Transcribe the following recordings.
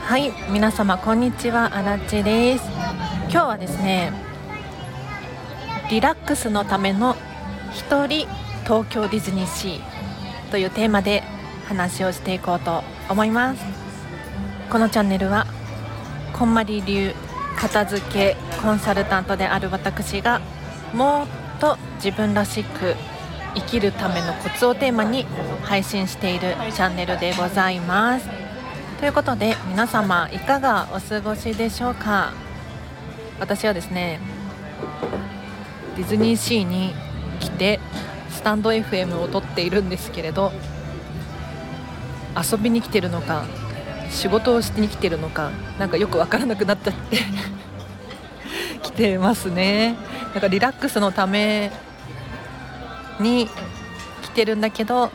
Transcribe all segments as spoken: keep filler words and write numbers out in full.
はい、皆様こんにちは、あらちです。今日はですね、リラックスのための一人東京ディズニーシーというテーマで話をしていこうと思います。このチャンネルはこんまり流片付けコンサルタントである私がもっと自分らしく生きるためのコツをテーマに配信しているチャンネルでございます。ということで、皆様いかがお過ごしでしょうか。私はですね、ディズニーシーに来てスタンド エフエム を撮っているんですけれど、遊びに来てるのか仕事をしに来てるのかなんかよくわからなくなっちゃって来てますね。なんかリラックスのために来てるんだけど、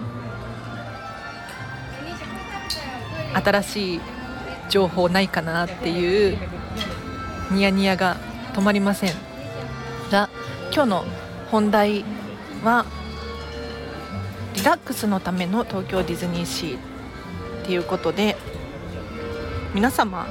新しい情報ないかなっていうニヤニヤが止まりませんが、今日の本題はリラックスのための東京ディズニーシーっていうことで、皆様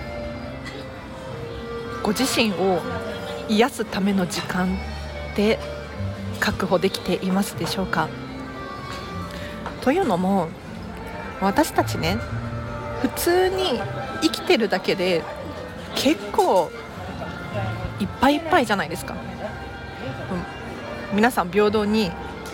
ご自身を癒すための時間って確保できていますでしょうか。というのも、私たちね、普通に生きてるだけで結構いっぱいいっぱいじゃないですか、うん、皆さん平等に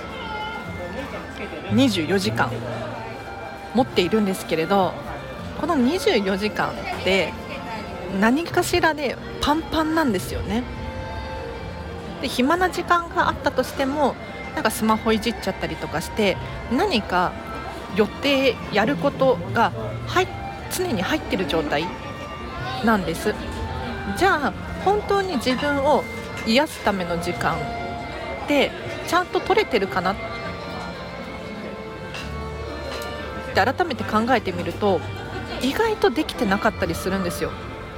にじゅうよじかん持っているんですけれど、このにじゅうよじかんって何かしらでパンパンなんですよね。で、暇な時間があったとしても、なんかスマホいじっちゃったりとかして、何か予定やることが入常に入ってる状態なんです。じゃあ本当に自分を癒すための時間ってちゃんと取れてるかなって改めて考えてみると、意外とできてなかったりするんですよ。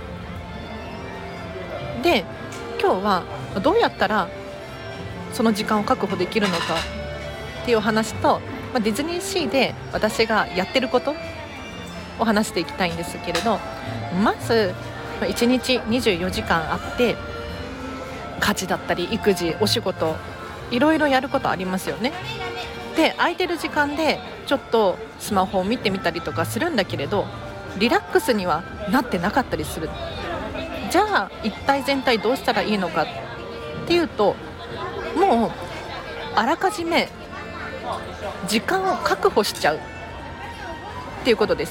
で、今日はどうやったらその時間を確保できるのかっていうお話と、まあ、ディズニーシーで私がやってることを話していきたいんですけれど、まずいちにちにじゅうよじかんあって、家事だったり育児、お仕事、いろいろやることありますよね。で、空いてる時間でちょっとスマホを見てみたりとかするんだけれど、リラックスにはなってなかったりする。じゃあ一体全体どうしたらいいのかっていうと、もうあらかじめ時間を確保しちゃうっていうことです。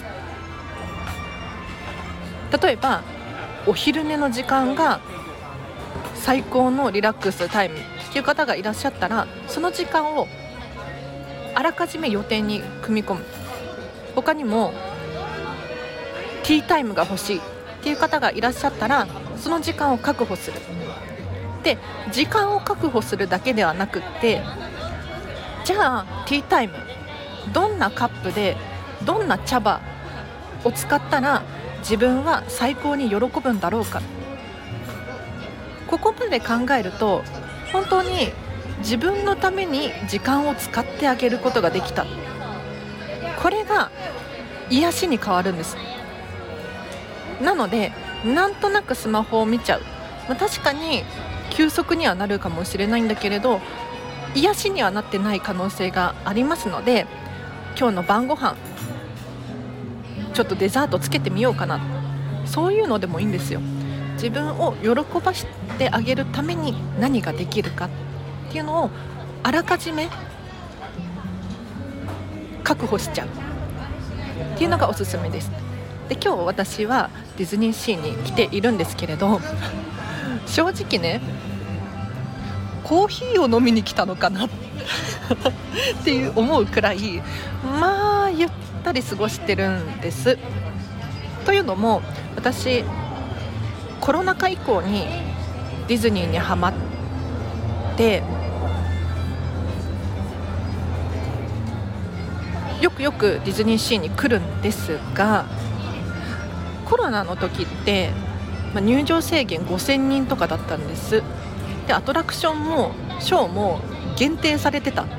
例えばお昼寝の時間が最高のリラックスタイムっていう方がいらっしゃったら、その時間をあらかじめ予定に組み込む。他にもティータイムが欲しいっていう方がいらっしゃったら、その時間を確保する。で、時間を確保するだけではなくって、じゃあティータイムどんなカップでどんな茶葉を使ったら自分は最高に喜ぶんだろうか。ここまで考えると、本当に自分のために時間を使ってあげることができた。これが癒しに変わるんです。なので、なんとなくスマホを見ちゃう、まあ、確かに休息にはなるかもしれないんだけれど、癒しにはなってない可能性がありますので、今日の晩ご飯ちょっとデザートつけてみようかな、そういうのでもいいんですよ。自分を喜ばしてあげるために何ができるかっていうのをあらかじめ確保しちゃうっていうのがおすすめです。で、今日私はディズニーシーに来ているんですけれど、正直ね、コーヒーを飲みに来たのかなっていう思うくらい、まあゆったり過ごしてるんです。というのも、私コロナ禍以降にディズニーにハマって、よくよくディズニーシーに来るんですが、コロナの時って、まあ、入場制限ごせんにんとかだったんです。で、アトラクションもショーも限定されてた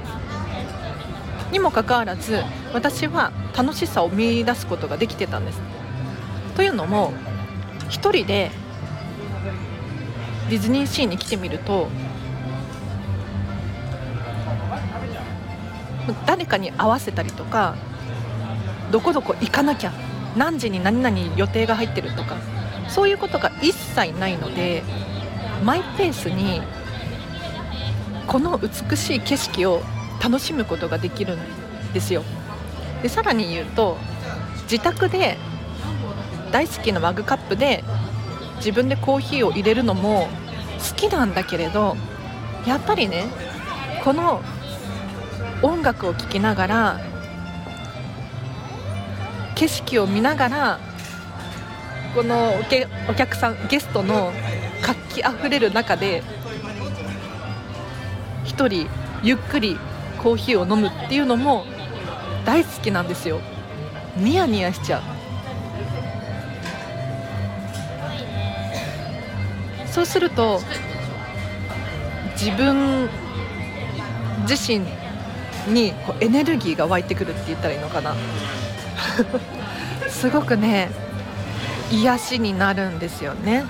にもかかわらず、私は楽しさを見出すことができてたんです。 というのも一人でディズニーシーに来てみると誰かに合わせたりとか、どこどこ行かなきゃ、何時に何々予定が入ってるとか、そういうことが一切ないので、マイペースにこの美しい景色を楽しむことができるんですよ。でさらに言うと、自宅で大好きなマグカップで自分でコーヒーを入れるのも好きなんだけれど、やっぱりね、この音楽を聴きながら景色を見ながら、このお客さんゲストの活気あふれる中で一人ゆっくりコーヒーを飲むっていうのも大好きなんですよ。ニヤニヤしちゃう。そうすると自分自身にこうエネルギーが湧いてくるって言ったらいいのかなすごくね、癒しになるんですよね。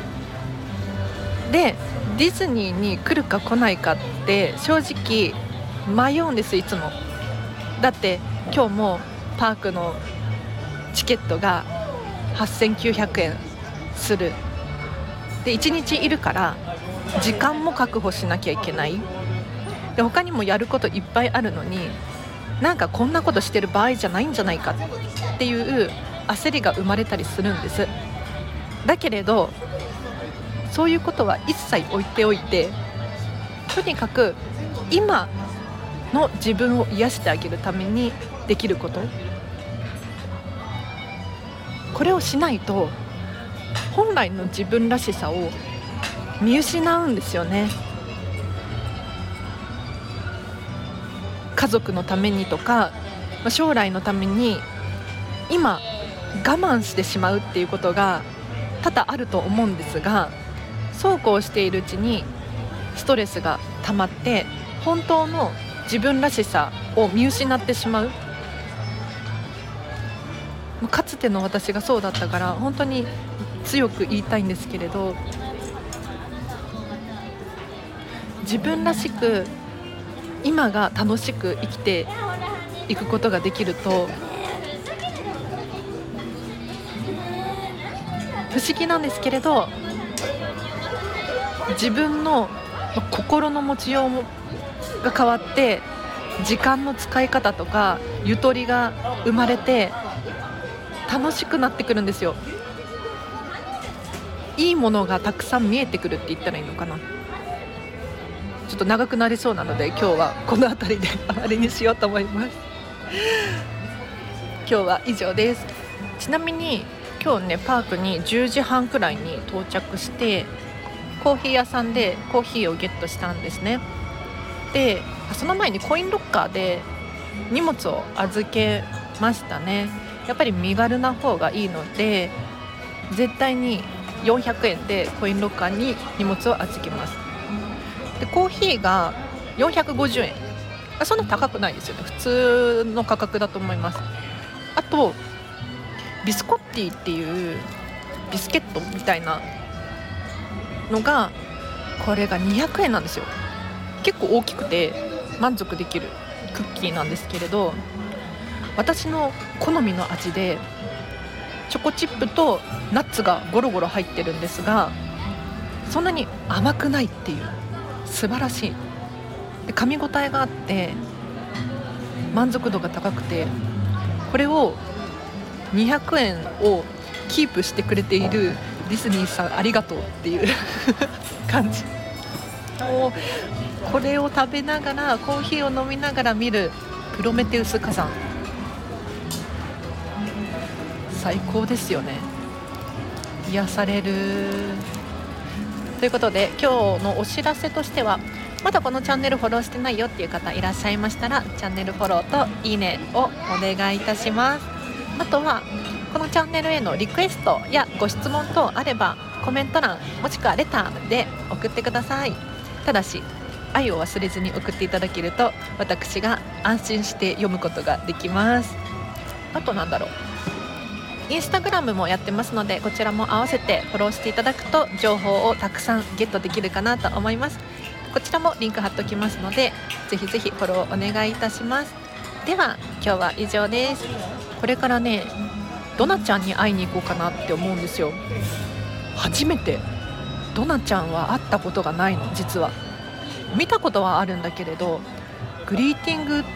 でディズニーに来るか来ないかって正直迷うんです、いつも。だって今日もパークのチケットがはっせんきゅうひゃくえんする。でいちにちいるから時間も確保しなきゃいけない。で他にもやることいっぱいあるのに、なんかこんなことしてる場合じゃないんじゃないかっていう焦りが生まれたりするんです。だけれどそういうことは一切置いておいて、とにかく今の自分を癒してあげるためにできること、これをしないと本来の自分らしさを見失うんですよね。家族のためにとか将来のために今我慢してしまうっていうことが多々あると思うんですが、そうこうしているうちにストレスが溜まって本当の自分らしさを見失ってしまう。かつての私がそうだったから本当に強く言いたいんですけれど、自分らしく今が楽しく生きていくことができると、不思議なんですけれど自分の心の持ちようが変わって時間の使い方とかゆとりが生まれて楽しくなってくるんですよ。いいものがたくさん見えてくるって言ったらいいのかな。ちょっと長くなりそうなので今日はこの辺りで終わりにしようと思います今日は以上です。ちなみに今日ね、パークにじゅうじはんくらいに到着してコーヒー屋さんでコーヒーをゲットしたんですね。でその前にコインロッカーで荷物を預けましたね。やっぱり身軽な方がいいので絶対によんひゃくえんでコインロッカーに荷物を預けます。でコーヒーがよんひゃくごじゅうえん、そんな高くないですよね。普通の価格だと思います。あとビスコッティっていうビスケットみたいなのがこれがにひゃくえんなんですよ。結構大きくて満足できるクッキーなんですけれど、私の好みの味でチョコチップとナッツがゴロゴロ入ってるんですが、そんなに甘くないっていう素晴らしい。で噛み応えがあって満足度が高くて、これをにひゃくえんをキープしてくれているディズニーさんありがとうっていう感じ。もうこれを食べながらコーヒーを飲みながら見るプロメテウス火山、最高ですよね。癒される。ということで今日のお知らせとしては、まだこのチャンネルフォローしてないよっていう方いらっしゃいましたらチャンネルフォローといいねをお願いいたします。あとはこのチャンネルへのリクエストやご質問等あればコメント欄もしくはレターで送ってください。ただし愛を忘れずに送っていただけると私が安心して読むことができます。あとなんだろう、 インスタグラムもやってますので、こちらも合わせてフォローしていただくと情報をたくさんゲットできるかなと思います。こちらもリンク貼っておきますので、ぜひぜひフォローお願いいたします。では今日は以上です。これからねドナちゃんに会いに行こうかなって思うんですよ。初めてドナちゃんは会ったことがないの。実は見たことはあるんだけれど、グリーティング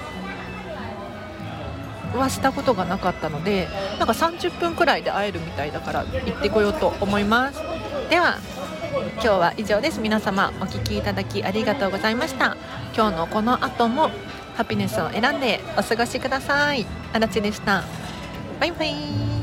はしたことがなかったので、なんかさんじゅっぷんくらいで会えるみたいだから行ってこようと思います。では今日は以上です。皆様お聞きいただきありがとうございました。今日のこの後もハピネスを選んでお過ごしください。あらちでした。バイバイ。